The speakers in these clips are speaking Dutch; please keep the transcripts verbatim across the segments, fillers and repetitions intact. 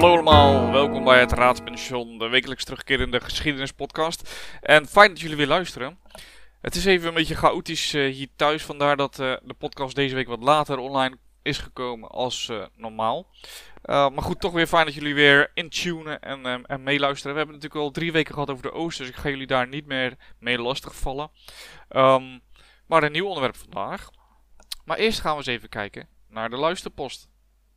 Hallo allemaal, welkom bij het Raadspension, de wekelijks terugkerende geschiedenispodcast. En fijn dat jullie weer luisteren. Het is even een beetje chaotisch uh, hier thuis, vandaar dat uh, de podcast deze week wat later online is gekomen als uh, normaal. Uh, maar goed, toch weer fijn dat jullie weer intunen en, um, en meeluisteren. We hebben natuurlijk al drie weken gehad over de Oost, dus ik ga jullie daar niet meer mee lastigvallen. Um, maar een nieuw onderwerp vandaag. Maar eerst gaan we eens even kijken naar de luisterpost.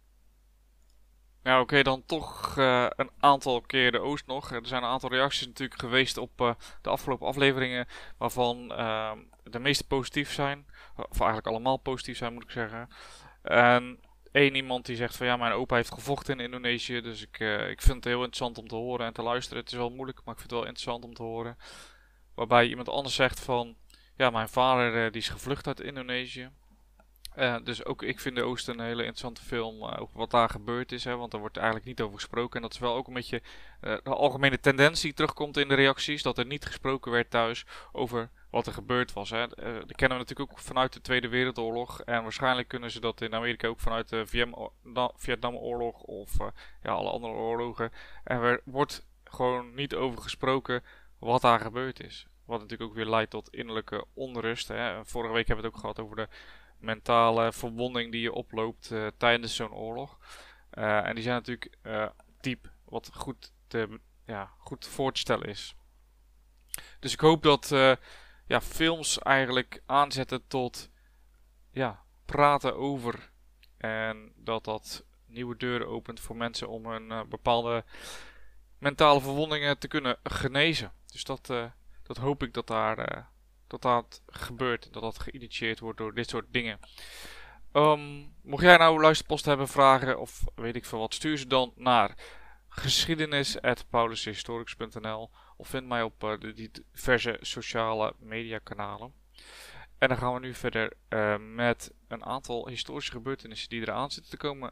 Nou, oké, okay, dan toch uh, een aantal keer de Oost nog. Er zijn een aantal reacties natuurlijk geweest op uh, de afgelopen afleveringen, waarvan uh, de meeste positief zijn. Of eigenlijk allemaal positief zijn, moet ik zeggen. En één iemand die zegt van ja, mijn opa heeft gevochten in Indonesië, dus ik, uh, ik vind het heel interessant om te horen en te luisteren. Het is wel moeilijk, maar ik vind het wel interessant om te horen. Waarbij iemand anders zegt van ja, mijn vader uh, die is gevlucht uit Indonesië. Uh, dus ook ik vind de Oost een hele interessante film uh, over wat daar gebeurd is, hè, want er wordt eigenlijk niet over gesproken. En dat is wel ook een beetje uh, de algemene tendens die terugkomt in de reacties, dat er niet gesproken werd thuis over wat er gebeurd was. Hè. Uh, dat kennen we natuurlijk ook vanuit de Tweede Wereldoorlog en waarschijnlijk kunnen ze dat in Amerika ook vanuit de Vietnamoorlog of uh, ja, alle andere oorlogen. En er wordt gewoon niet over gesproken wat daar gebeurd is. Wat natuurlijk ook weer leidt tot innerlijke onrust. Hè. Vorige week hebben we het ook gehad over de mentale verwonding die je oploopt uh, tijdens zo'n oorlog. Uh, en die zijn natuurlijk uh, diep, wat goed te, ja, goed voor te stellen is. Dus ik hoop dat uh, ja, films eigenlijk aanzetten tot ja, praten over. En dat dat nieuwe deuren opent voor mensen om hun uh, bepaalde mentale verwondingen te kunnen genezen. Dus dat, uh, dat hoop ik dat daar... Uh, dat dat gebeurt, dat dat geïnitieerd wordt door dit soort dingen. Um, mocht jij nou luisterpost hebben, vragen of weet ik veel wat, stuur ze dan naar geschiedenis at paulushistoricus punt n l of vind mij op uh, de diverse sociale media kanalen. En dan gaan we nu verder uh, met een aantal historische gebeurtenissen die eraan zitten te komen.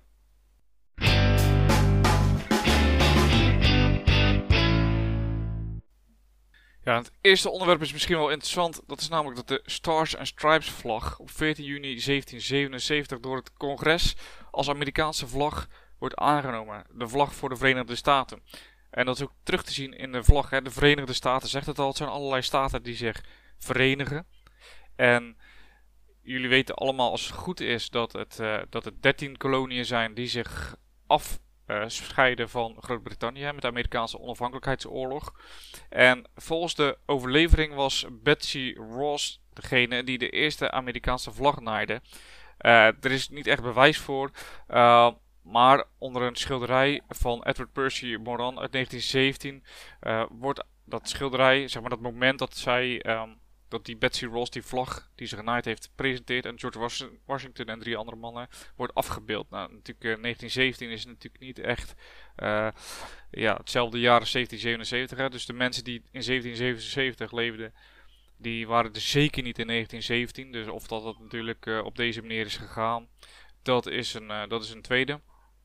Ja, het eerste onderwerp is misschien wel interessant. Dat is namelijk dat de Stars and Stripes vlag op veertien juni zeventien zevenenzeventig door het congres als Amerikaanse vlag wordt aangenomen. De vlag voor de Verenigde Staten. En dat is ook terug te zien in de vlag. Hè. De Verenigde Staten zegt het al. Het zijn allerlei staten die zich verenigen. En jullie weten allemaal als het goed is dat het, uh, dat het dertien koloniën zijn die zich af Uh, scheiden van Groot-Brittannië met de Amerikaanse onafhankelijkheidsoorlog. En volgens de overlevering was Betsy Ross degene die de eerste Amerikaanse vlag naaide. Uh, er is niet echt bewijs voor, uh, maar onder een schilderij van Edward Percy Moran uit negentien zeventien uh, wordt dat schilderij, zeg maar dat moment dat zij... Um, dat die Betsy Ross die vlag die ze genaaid heeft presenteert en George Washington en drie andere mannen wordt afgebeeld. Nou, natuurlijk uh, negentien zeventien is natuurlijk niet echt uh, ja, hetzelfde jaar als zeventien zevenenzeventig. Hè. Dus de mensen die in zeventien zevenenzeventig leefden, die waren er zeker niet in negentien zeventien. Dus of dat, dat natuurlijk uh, op deze manier is gegaan, dat is een, uh, dat is een tweede.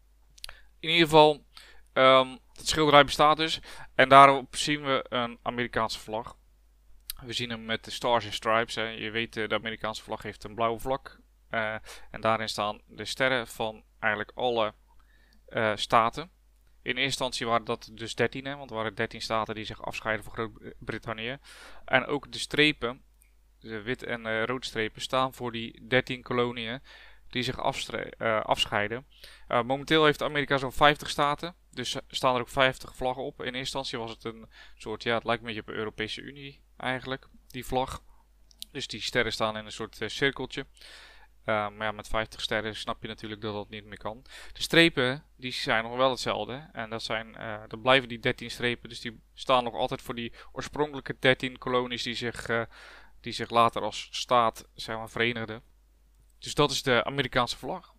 In ieder geval, um, het schilderij bestaat dus en daarop zien we een Amerikaanse vlag. We zien hem met de Stars and Stripes. Hè. Je weet, de Amerikaanse vlag heeft een blauwe vlag. Uh, en daarin staan de sterren van eigenlijk alle uh, staten. In eerste instantie waren dat dus dertien, hè, want er waren dertien staten die zich afscheiden van Groot-Brittannië. En ook de strepen, de wit en uh, rood strepen, staan voor die dertien koloniën die zich uh, afscheiden. Uh, momenteel heeft Amerika zo'n vijftig staten. Dus staan er ook vijftig vlaggen op. In eerste instantie was het een soort, ja, het lijkt een beetje op de Europese Unie eigenlijk, die vlag. Dus die sterren staan in een soort uh, cirkeltje. Uh, maar ja, met vijftig sterren snap je natuurlijk dat dat niet meer kan. De strepen, die zijn nog wel hetzelfde. En dat zijn, uh, dat blijven die dertien strepen. Dus die staan nog altijd voor die oorspronkelijke dertien kolonies die zich, uh, die zich later als staat, zeg maar, verenigden. Dus dat is de Amerikaanse vlag.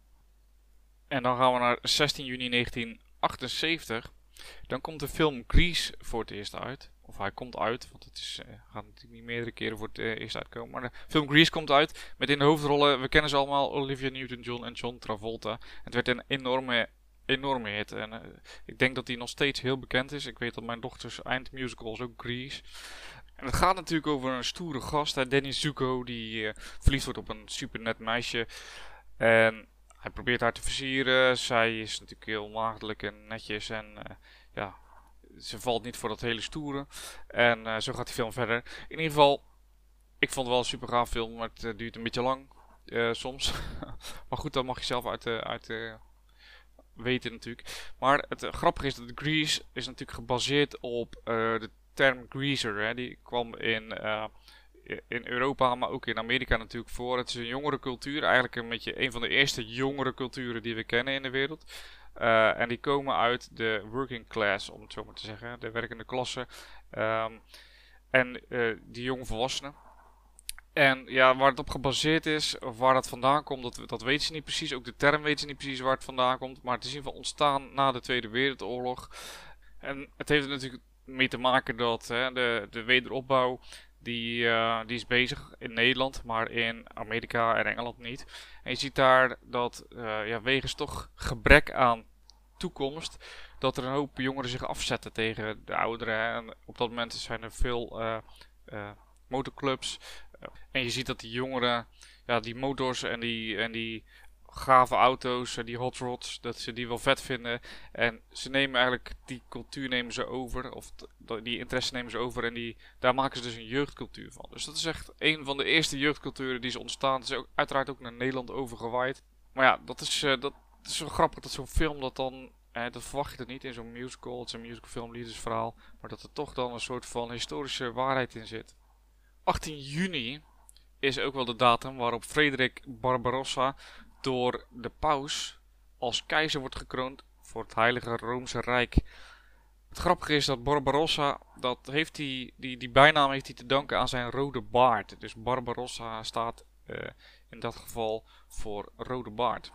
En dan gaan we naar zestien juni negentien achtenzeventig. Dan komt de film Grease voor het eerst uit. Of hij komt uit, want het is, uh, gaat natuurlijk niet meerdere keren voor het uh, eerst uitkomen. Maar de film Grease komt uit met in de hoofdrollen, we kennen ze allemaal, Olivia Newton-John en John Travolta. Het werd een enorme, enorme hit. En uh, ik denk dat die nog steeds heel bekend is. Ik weet dat mijn dochters eindmusical was ook Grease. En het gaat natuurlijk over een stoere gast, hè, Danny Zuko, die uh, verliefd wordt op een super net meisje. En hij probeert haar te versieren. Zij is natuurlijk heel maagdelijk en netjes en uh, ja, ze valt niet voor dat hele stoere. En uh, zo gaat die film verder. In ieder geval, ik vond het wel een super gaaf film, maar het uh, duurt een beetje lang uh, soms. Maar goed, dat mag je zelf uit, uh, uit uh, weten natuurlijk. Maar het uh, grappige is dat Grease is natuurlijk gebaseerd op uh, de term greaser. Hè. Die kwam in... Uh, in Europa, maar ook in Amerika natuurlijk voor. Het is een jongere cultuur, eigenlijk een beetje een van de eerste jongere culturen die we kennen in de wereld. Uh, en die komen uit de working class, om het zo maar te zeggen, de werkende klasse. Um, en uh, die jonge volwassenen. En ja, waar het op gebaseerd is, of waar dat vandaan komt, dat, dat weten ze niet precies. Ook de term weten ze niet precies waar het vandaan komt. Maar het is in ieder geval ontstaan na de Tweede Wereldoorlog. En het heeft er natuurlijk mee te maken dat hè, de, de wederopbouw... Die, uh, die is bezig in Nederland, maar in Amerika en Engeland niet. En je ziet daar dat uh, ja, wegens toch gebrek aan toekomst, dat er een hoop jongeren zich afzetten tegen de ouderen. En op dat moment zijn er veel uh, uh, motorclubs. Uh, en je ziet dat die jongeren, ja, die motors en die, en die gave auto's, die hot rods, dat ze die wel vet vinden. En ze nemen eigenlijk die cultuur nemen ze over, of die interesse nemen ze over en die, daar maken ze dus een jeugdcultuur van. Dus dat is echt een van de eerste jeugdculturen die ze ontstaan. Het is ook, uiteraard ook naar Nederland overgewaaid. Maar ja, dat is, uh, dat is zo grappig dat zo'n film dat dan, eh, dat verwacht je dat niet in zo'n musical. Het is een musicalfilm, liefdesverhaal, maar dat er toch dan een soort van historische waarheid in zit. achttien juni is ook wel de datum waarop Frederik Barbarossa door de paus als keizer wordt gekroond voor het Heilige Roomse Rijk. Het grappige is dat Barbarossa, dat heeft die, die, die bijnaam heeft hij te danken aan zijn rode baard. Dus Barbarossa staat uh, in dat geval voor rode baard.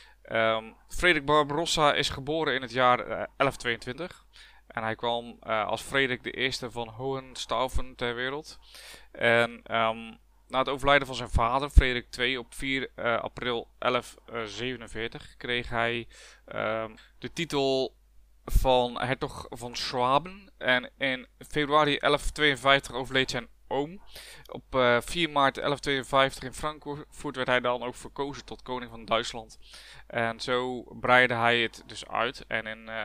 Um, Frederik Barbarossa is geboren in het jaar uh, elf tweeëntwintig. En hij kwam uh, als Frederik de Eerste van Hohenstaufen ter wereld. En... Um, Na het overlijden van zijn vader, Frederik de Tweede, op vier april elf zevenenveertig kreeg hij uh, de titel van hertog van Schwaben. En in februari elf tweeënvijftig overleed zijn oom. Op uh, vier maart elf tweeënvijftig in Frankfurt werd hij dan ook verkozen tot koning van Duitsland. En zo breidde hij het dus uit. En in uh,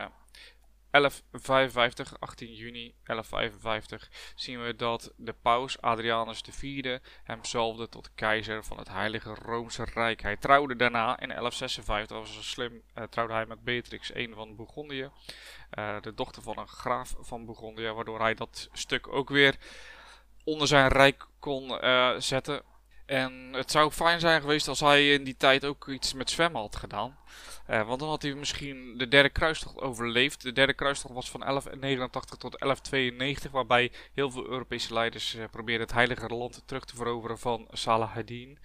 elf vijfenvijftig, achttien juni elf vijfenvijftig, zien we dat de paus Adrianus de Vierde hem zalfde tot keizer van het Heilige Roomse Rijk. Hij trouwde daarna in elf zesenvijftig, dat was zo slim, uh, trouwde hij met Beatrix de Eerste van Bourgondië, uh, de dochter van een graaf van Bourgondië, waardoor hij dat stuk ook weer onder zijn rijk kon uh, zetten. En het zou fijn zijn geweest als hij in die tijd ook iets met zwemmen had gedaan. Uh, want dan had hij misschien de derde kruistocht overleefd. De derde kruistocht was van elf negenentachtig tot elf tweeënnegentig. Waarbij heel veel Europese leiders uh, probeerden het heilige land terug te veroveren van Saladin.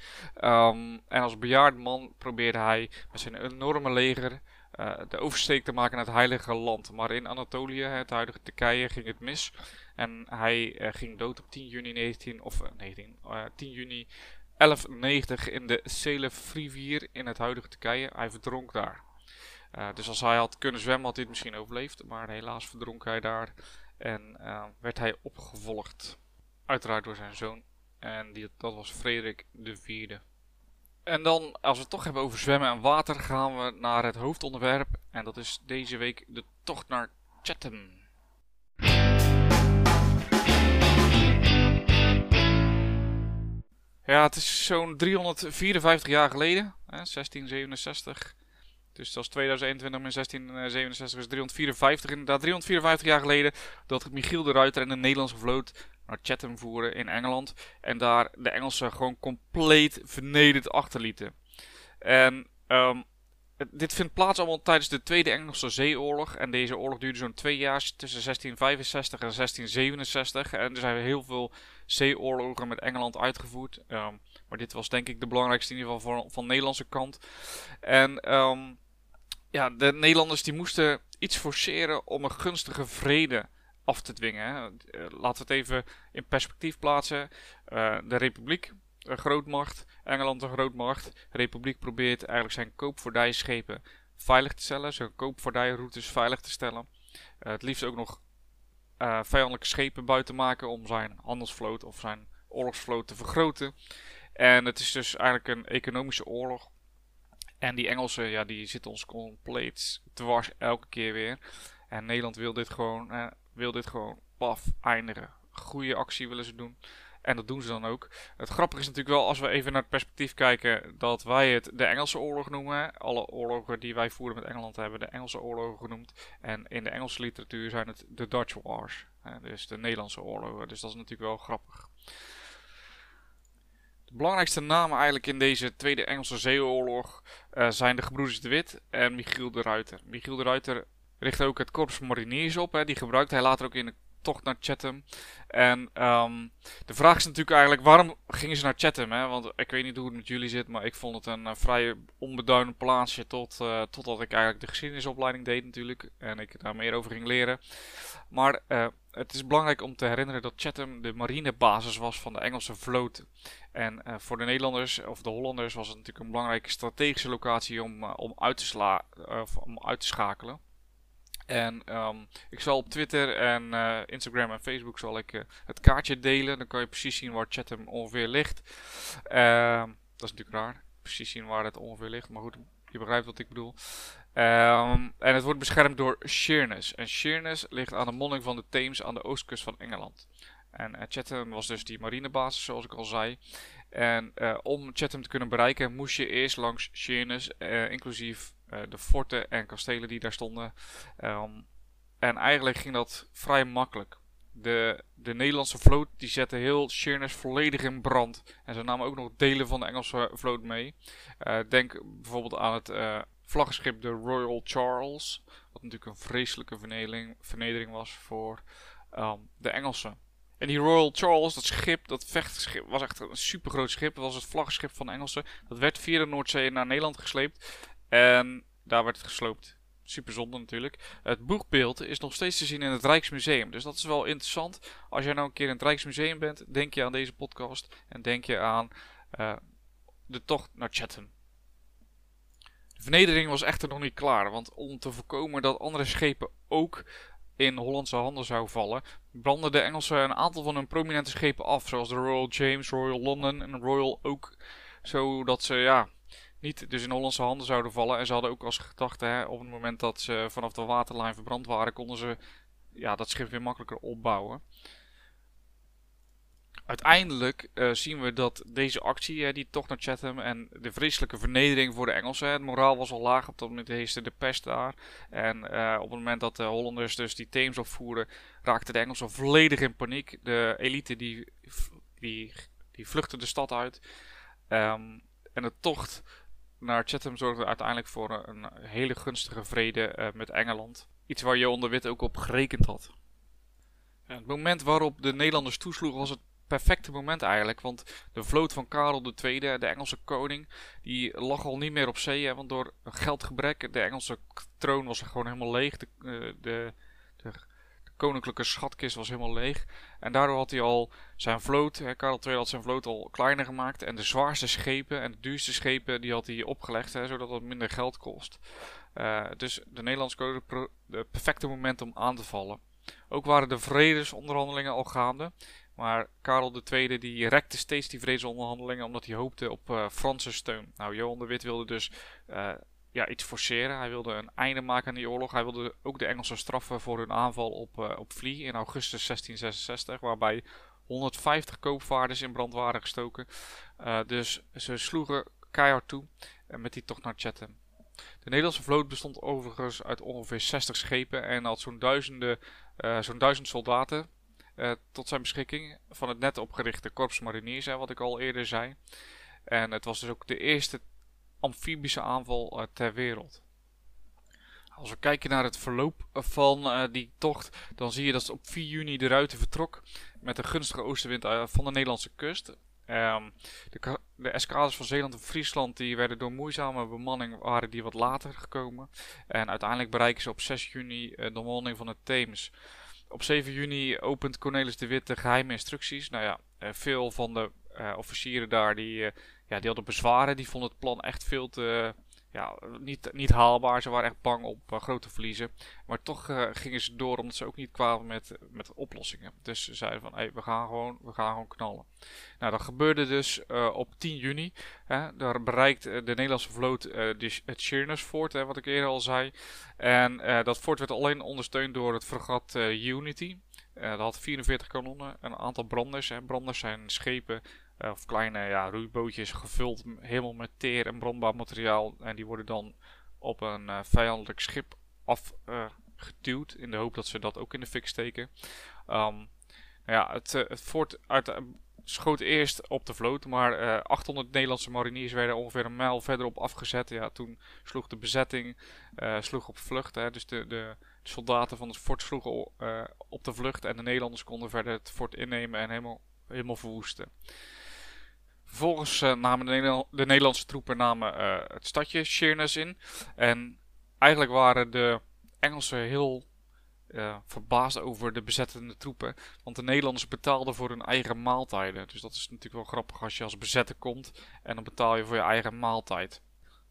Um, en als bejaard man probeerde hij met zijn enorme leger uh, de oversteek te maken naar het heilige land. Maar in Anatolië, het huidige Turkije, ging het mis. En hij uh, ging dood op tien juni negentien, of uh, negentien, uh, tien juni elf negentig in de Selefrivier in het huidige Turkije. Hij verdronk daar. Uh, dus als hij had kunnen zwemmen had hij het misschien overleefd. Maar helaas verdronk hij daar. En uh, werd hij opgevolgd. Uiteraard door zijn zoon. En die, dat was Frederik de Vierde. En dan, als we het toch hebben over zwemmen en water, gaan we naar het hoofdonderwerp. En dat is deze week de tocht naar Chatham. Ja, het is zo'n driehonderdvierenvijftig jaar geleden, hè, zestien zevenenzestig. Dus dat is tweeduizend eenentwintig min zestien zevenenzestig is driehonderdvierenvijftig. Inderdaad, driehonderdvierenvijftig jaar geleden dat Michiel de Ruiter en de Nederlandse vloot naar Chatham voeren in Engeland. En daar de Engelsen gewoon compleet vernederd achterlieten. En um, dit vindt plaats allemaal tijdens de Tweede Engelse Zeeoorlog. En deze oorlog duurde zo'n twee jaar, tussen zestien vijfenzestig en zestien zevenenzestig. En er zijn heel veel zeeoorlogen met Engeland uitgevoerd. Um, maar dit was denk ik de belangrijkste in ieder geval van, van de Nederlandse kant. En um, ja, de Nederlanders die moesten iets forceren om een gunstige vrede af te dwingen. Hè. Uh, laten we het even in perspectief plaatsen. Uh, de Republiek, een grootmacht. Engeland, een grootmacht. De Republiek probeert eigenlijk zijn koopvaardijschepen veilig te stellen. Zijn koopvaardijroutes veilig te stellen. Uh, het liefst ook nog uh, vijandelijke schepen buiten maken om zijn handelsvloot of zijn oorlogsvloot te vergroten. En het is dus eigenlijk een economische oorlog. En die Engelsen, ja, die zitten ons compleet dwars elke keer weer. En Nederland wil dit gewoon, eh, wil dit gewoon paf eindigen. Goede actie willen ze doen. En dat doen ze dan ook. Het grappige is natuurlijk wel, als we even naar het perspectief kijken, dat wij het de Engelse oorlog noemen. Alle oorlogen die wij voeren met Engeland hebben de Engelse oorlogen genoemd. En in de Engelse literatuur zijn het de Dutch Wars. Hè, dus de Nederlandse oorlogen. Dus dat is natuurlijk wel grappig. De belangrijkste namen eigenlijk in deze Tweede Engelse Zeeoorlog uh, zijn de gebroeders de Wit en Michiel de Ruyter. Michiel de Ruyter richtte ook het Korps Mariniers op. Hè. Die gebruikte hij later ook in de tocht naar Chatham. En um, de vraag is natuurlijk eigenlijk, waarom gingen ze naar Chatham? Hè? Want ik weet niet hoe het met jullie zit, maar ik vond het een uh, vrij onbeduidend plaatsje tot, uh, totdat ik eigenlijk de geschiedenisopleiding deed natuurlijk. En ik daar meer over ging leren. Maar uh, het is belangrijk om te herinneren dat Chatham de marinebasis was van de Engelse vloot. En uh, voor de Nederlanders of de Hollanders was het natuurlijk een belangrijke strategische locatie om, uh, om, uit, te sla uh, om uit te schakelen. En um, ik zal op Twitter en uh, Instagram en Facebook zal ik uh, het kaartje delen. Dan kan je precies zien waar Chatham ongeveer ligt. Uh, dat is natuurlijk raar. Precies zien waar het ongeveer ligt. Maar goed, je begrijpt wat ik bedoel. Um, en het wordt beschermd door Sheerness. En Sheerness ligt aan de monding van de Theems aan de oostkust van Engeland. En uh, Chatham was dus die marinebasis, zoals ik al zei. En uh, om Chatham te kunnen bereiken moest je eerst langs Sheerness, uh, inclusief uh, de forten en kastelen die daar stonden. Um, en eigenlijk ging dat vrij makkelijk. De, de Nederlandse vloot die zette heel Sheerness volledig in brand. En ze namen ook nog delen van de Engelse vloot mee. Uh, denk bijvoorbeeld aan het uh, vlaggenschip de Royal Charles. Wat natuurlijk een vreselijke vernedering, vernedering was voor um, de Engelsen. En die Royal Charles, dat schip, dat vechtschip, was echt een supergroot schip. Dat was het vlaggenschip van de Engelsen. Dat werd via de Noordzee naar Nederland gesleept. En daar werd het gesloopt. Super zonde natuurlijk. Het boegbeeld is nog steeds te zien in het Rijksmuseum. Dus dat is wel interessant. Als jij nou een keer in het Rijksmuseum bent, denk je aan deze podcast. En denk je aan uh, de tocht naar Chatham. De vernedering was echter nog niet klaar. Want om te voorkomen dat andere schepen ook in Hollandse handen zou vallen, brandden de Engelsen een aantal van hun prominente schepen af. Zoals de Royal James, Royal London en Royal Oak. Zodat ze ja, niet dus in Hollandse handen zouden vallen. En ze hadden ook als gedachte, hè, op het moment dat ze vanaf de waterlijn verbrand waren, konden ze ja, dat schip weer makkelijker opbouwen. Uiteindelijk uh, zien we dat deze actie, hè, die tocht naar Chatham en de vreselijke vernedering voor de Engelsen. Het moraal was al laag, op dat moment heerste de pest daar. En uh, op het moment dat de Hollanders dus die Theems opvoeren, raakten de Engelsen volledig in paniek. De elite die, die, die vluchtte de stad uit. Um, en de tocht naar Chatham zorgde uiteindelijk voor een, een hele gunstige vrede uh, met Engeland. Iets waar Johan de Wit ook op gerekend had. En het moment waarop de Nederlanders toesloegen was het perfecte moment eigenlijk, want de vloot van Karel de Tweede, de Engelse koning, die lag al niet meer op zee, hè, want door een geldgebrek, de Engelse troon was gewoon helemaal leeg, de, de, de, de koninklijke schatkist was helemaal leeg, en daardoor had hij al zijn vloot, hè, Karel de Tweede had zijn vloot al kleiner gemaakt, en de zwaarste schepen en de duurste schepen, die had hij opgelegd, hè, zodat het minder geld kost. Uh, dus de Nederlandse koning het perfecte moment om aan te vallen. Ook waren de vredesonderhandelingen al gaande. Maar Karel de Tweede die rekte steeds die vredesonderhandelingen omdat hij hoopte op uh, Franse steun. Nou, Johan de Wit wilde dus uh, ja, iets forceren. Hij wilde een einde maken aan die oorlog. Hij wilde ook de Engelsen straffen voor hun aanval op, uh, op Vlie in augustus zestien zesenzestig. Waarbij honderdvijftig koopvaarders in brand waren gestoken. Uh, dus ze sloegen keihard toe uh, met die tocht naar Chatham. De Nederlandse vloot bestond overigens uit ongeveer zestig schepen en had zo'n duizenden, uh, zo'n duizend soldaten uh, tot zijn beschikking van het net opgerichte Korps Mariniers, hè, wat ik al eerder zei. En het was dus ook de eerste amfibische aanval uh, ter wereld. Als we kijken naar het verloop van uh, die tocht, dan zie je dat op vier juni de Ruyter vertrok met een gunstige oostenwind uh, van de Nederlandse kust. Um, de, de eskaders van Zeeland en Friesland die werden door moeizame bemanning waren die wat later gekomen. En uiteindelijk bereiken ze op zes juni uh, de monding van de Theems. Op zeven juni opent Cornelis de Witt de geheime instructies. Nou ja, uh, veel van de uh, officieren daar die, uh, ja, die hadden bezwaren. Die vonden het plan echt veel te, ja, niet, niet haalbaar. Ze waren echt bang op uh, grote verliezen. Maar toch uh, gingen ze door omdat ze ook niet kwamen met, met oplossingen. Dus ze zeiden van, hey, we gaan gewoon, we gaan gewoon knallen. Nou, dat gebeurde dus uh, op tien juni. Hè. Daar bereikt uh, de Nederlandse vloot uh, de, het Sheerness Fort, hè, wat ik eerder al zei. En uh, dat fort werd alleen ondersteund door het fregat uh, Unity. Uh, dat had vierenveertig kanonnen, een aantal branders. Hè. Branders zijn schepen uh, of kleine ja, roeibootjes gevuld helemaal met teer en brandbaar materiaal. En die worden dan op een uh, vijandelijk schip afgeduwd uh, in de hoop dat ze dat ook in de fik steken. Um, ja, het, uh, het fort uit, uh, schoot eerst op de vloot, maar uh, achthonderd Nederlandse mariniers werden ongeveer een mijl verderop afgezet. Ja, toen sloeg de bezetting uh, sloeg op vlucht. Hè, dus de, de De soldaten van het fort sloegen uh, op de vlucht en de Nederlanders konden verder het fort innemen en helemaal, helemaal verwoesten. Vervolgens uh, namen de, Nederland, de Nederlandse troepen namen, uh, het stadje Sheerness in. En eigenlijk waren de Engelsen heel uh, verbaasd over de bezettende troepen. Want de Nederlanders betaalden voor hun eigen maaltijden. Dus dat is natuurlijk wel grappig als je als bezetter komt en dan betaal je voor je eigen maaltijd.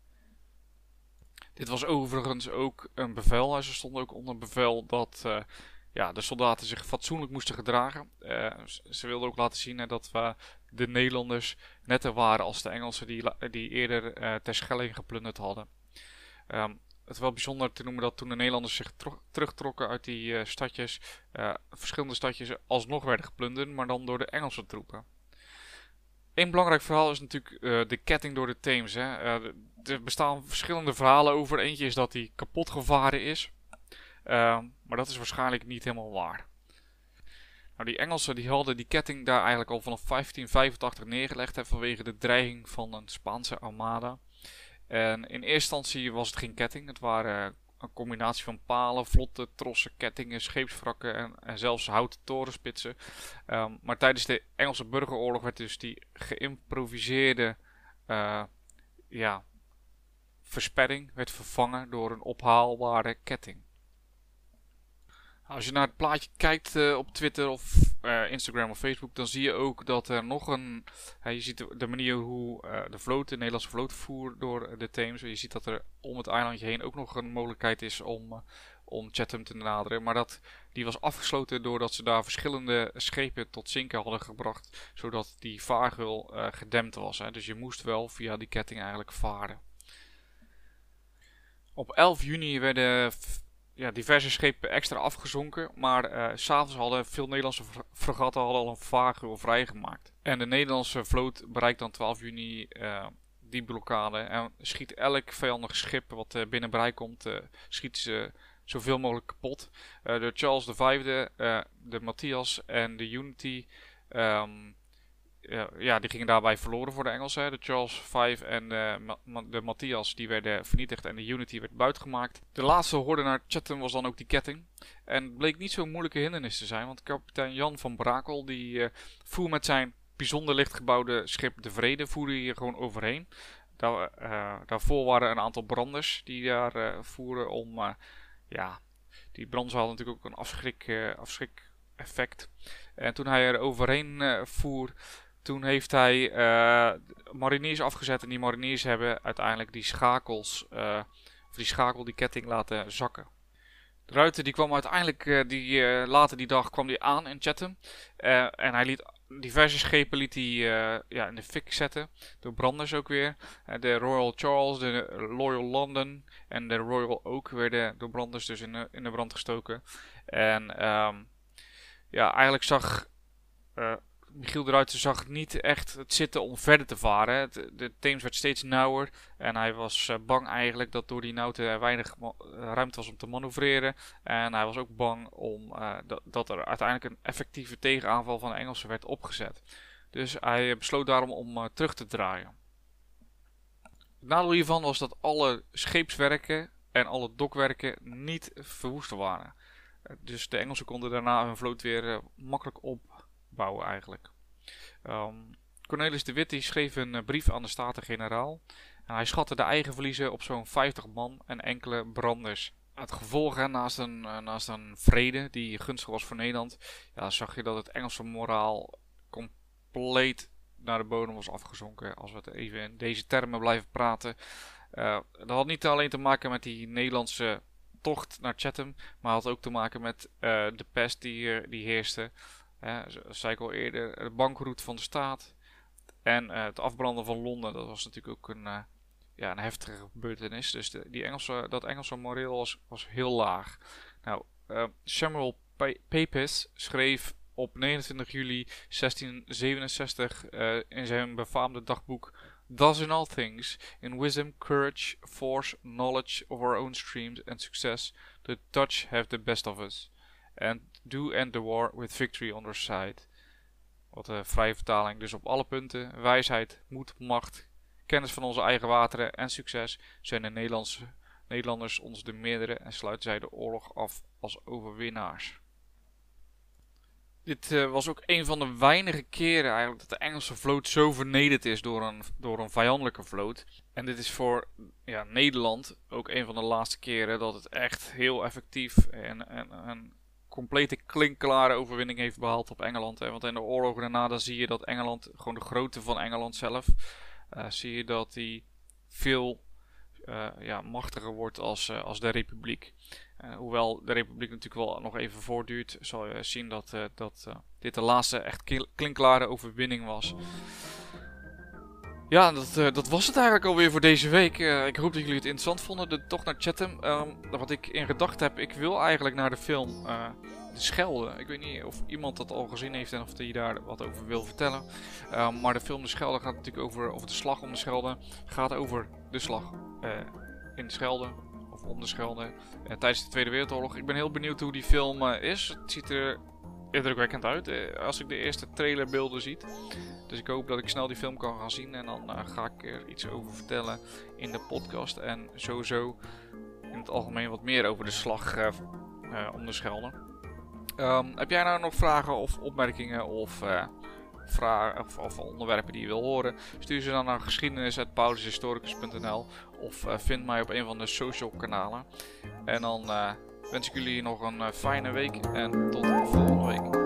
Dit was overigens ook een bevel. Ze stonden ook onder bevel dat uh, ja, de soldaten zich fatsoenlijk moesten gedragen. Uh, ze wilden ook laten zien hè, dat we de Nederlanders netter waren als de Engelsen die, die eerder uh, Terschelling geplunderd hadden. Um, het is wel bijzonder te noemen dat toen de Nederlanders zich terugtrokken uit die uh, stadjes, uh, verschillende stadjes alsnog werden geplunderd, maar dan door de Engelse troepen. Een belangrijk verhaal is natuurlijk uh, de ketting door de Theems. Hè. Uh, er bestaan verschillende verhalen over. Eentje is dat die kapot gevaren is. Uh, maar dat is waarschijnlijk niet helemaal waar. Nou, die Engelsen die hadden die ketting daar eigenlijk al vanaf vijftien vijfentachtig neergelegd. Hè, vanwege de dreiging van een Spaanse armada. En in eerste instantie was het geen ketting. Het waren een combinatie van palen, vlotten, trossen, kettingen, scheepswrakken en, en zelfs houten torenspitsen. Um, maar tijdens de Engelse burgeroorlog werd dus die geïmproviseerde uh, ja, versperring werd vervangen door een ophaalbare ketting. Als je naar het plaatje kijkt uh, op Twitter of uh, Instagram of Facebook, dan zie je ook dat er nog een... Uh, je ziet de, de manier hoe uh, de vloot, de Nederlandse vloot voer door de Theems. Je ziet dat er om het eilandje heen ook nog een mogelijkheid is om, uh, om Chatham te naderen. Maar dat, die was afgesloten doordat ze daar verschillende schepen tot zinken hadden gebracht. Zodat die vaargeul uh, gedempt was. Hè. Dus je moest wel via die ketting eigenlijk varen. Op elf juni werden... Ja, diverse schepen extra afgezonken, maar uh, s'avonds hadden veel Nederlandse fregatten hadden al een vaargeul vrijgemaakt. En de Nederlandse vloot bereikt dan twaalf juni uh, die blokkade en schiet elk vijandig schip wat uh, binnen bereik komt, uh, schiet ze zoveel mogelijk kapot. Uh, de Charles de Vijfde, uh, de Matthias en de Unity, um, Uh, ja, die gingen daarbij verloren voor de Engelsen. De Charles vijf en de, Ma de Matthias die werden vernietigd en de Unity werd buitgemaakt. De laatste hoorde naar Chatham was dan ook die ketting. En het bleek niet zo'n moeilijke hindernis te zijn, want kapitein Jan van Brakel die uh, voer met zijn bijzonder licht gebouwde schip de Vrede voerde hier gewoon overheen. Daar, uh, daarvoor waren een aantal branders die daar uh, voeren om, uh, ja, die branders hadden natuurlijk ook een afschrik, uh, afschrik effect. En toen hij er overheen uh, voer, toen heeft hij uh, mariniers afgezet en die mariniers hebben uiteindelijk die schakels, uh, of die schakel, die ketting laten zakken. De Ruiter die kwam uiteindelijk, uh, die, uh, later die dag kwam die aan in Chatham. Uh, en hij liet diverse schepen liet hij, uh, ja, in de fik zetten, door branders ook weer. Uh, de Royal Charles, de Loyal London en de Royal Oak werden door branders dus in de, in de brand gestoken. En um, ja, eigenlijk zag... Uh, Michiel de Ruiter zag niet echt het zitten om verder te varen. Het, de Theems werd steeds nauwer en hij was uh, bang eigenlijk dat door die nauwte er weinig uh, ruimte was om te manoeuvreren. En hij was ook bang om, uh, dat, dat er uiteindelijk een effectieve tegenaanval van de Engelsen werd opgezet. Dus hij besloot daarom om uh, terug te draaien. Het nadeel hiervan was dat alle scheepswerken en alle dokwerken niet verwoest waren. Uh, dus de Engelsen konden daarna hun vloot weer uh, makkelijk op. bouwen eigenlijk. Um, Cornelis de Witt die schreef een uh, brief aan de Staten-Generaal en hij schatte de eigen verliezen op zo'n vijftig man en enkele branders. Het gevolg, hè, naast, een, uh, naast een vrede die gunstig was voor Nederland, ja, zag je dat het Engelse moraal compleet naar de bodem was afgezonken. Als we het even in deze termen blijven praten. Uh, dat had niet alleen te maken met die Nederlandse tocht naar Chatham, maar had ook te maken met uh, de pest die, uh, die heerste. Uh, zoals zei ik al eerder, de bankroet van de staat en uh, het afbranden van Londen. Dat was natuurlijk ook een, uh, ja, een heftige gebeurtenis. Dus de, die Engelse, dat Engelse moreel was, was heel laag. Nou, uh, Samuel Pepys schreef op negenentwintig juli zestienzevenenzestig uh, in zijn befaamde dagboek: Thus in all things, in wisdom, courage, force, knowledge of our own streams and success, the Dutch have the best of us. And do end the war with victory on their side. Wat een vrije vertaling. Dus op alle punten, wijsheid, moed, macht, kennis van onze eigen wateren en succes, zijn de Nederlandse, Nederlanders ons de meerdere en sluiten zij de oorlog af als overwinnaars. Dit uh, was ook een van de weinige keren eigenlijk dat de Engelse vloot zo vernederd is door een, door een vijandelijke vloot. En dit is voor ja, Nederland ook een van de laatste keren dat het echt heel effectief en, en een complete klinkklare overwinning heeft behaald op Engeland. Hè. Want in de oorlogen daarna dan zie je dat Engeland, gewoon de grootte van Engeland zelf, uh, zie je dat die veel uh, ja, machtiger wordt als, uh, als de Republiek. Uh, hoewel de Republiek natuurlijk wel nog even voortduurt, zal je zien dat, uh, dat uh, dit de laatste echt klinkklare overwinning was. Ja, dat, uh, dat was het eigenlijk alweer voor deze week. Uh, ik hoop dat jullie het interessant vonden, de tocht naar Chatham. Um, wat ik in gedachten heb, ik wil eigenlijk naar de film uh, De Schelde. Ik weet niet of iemand dat al gezien heeft en of hij daar wat over wil vertellen. Um, maar de film De Schelde gaat natuurlijk over, over de slag om de Schelde. Gaat over de slag uh, in de Schelde. Of om de Schelde. Uh, tijdens de Tweede Wereldoorlog. Ik ben heel benieuwd hoe die film uh, is. Het ziet er indrukwekkend uit. Uh, als ik de eerste trailerbeelden zie. Dus ik hoop dat ik snel die film kan gaan zien. En dan uh, ga ik er iets over vertellen in de podcast. En sowieso in het algemeen wat meer over de slag uh, uh, om de Schelde. Um, heb jij nou nog vragen of opmerkingen of, uh, vragen, of, of onderwerpen die je wil horen? Stuur ze dan naar geschiedenis apenstaartje paulushistoricus punt n l of uh, vind mij op een van de social kanalen. En dan uh, wens ik jullie nog een uh, fijne week en tot volgende week.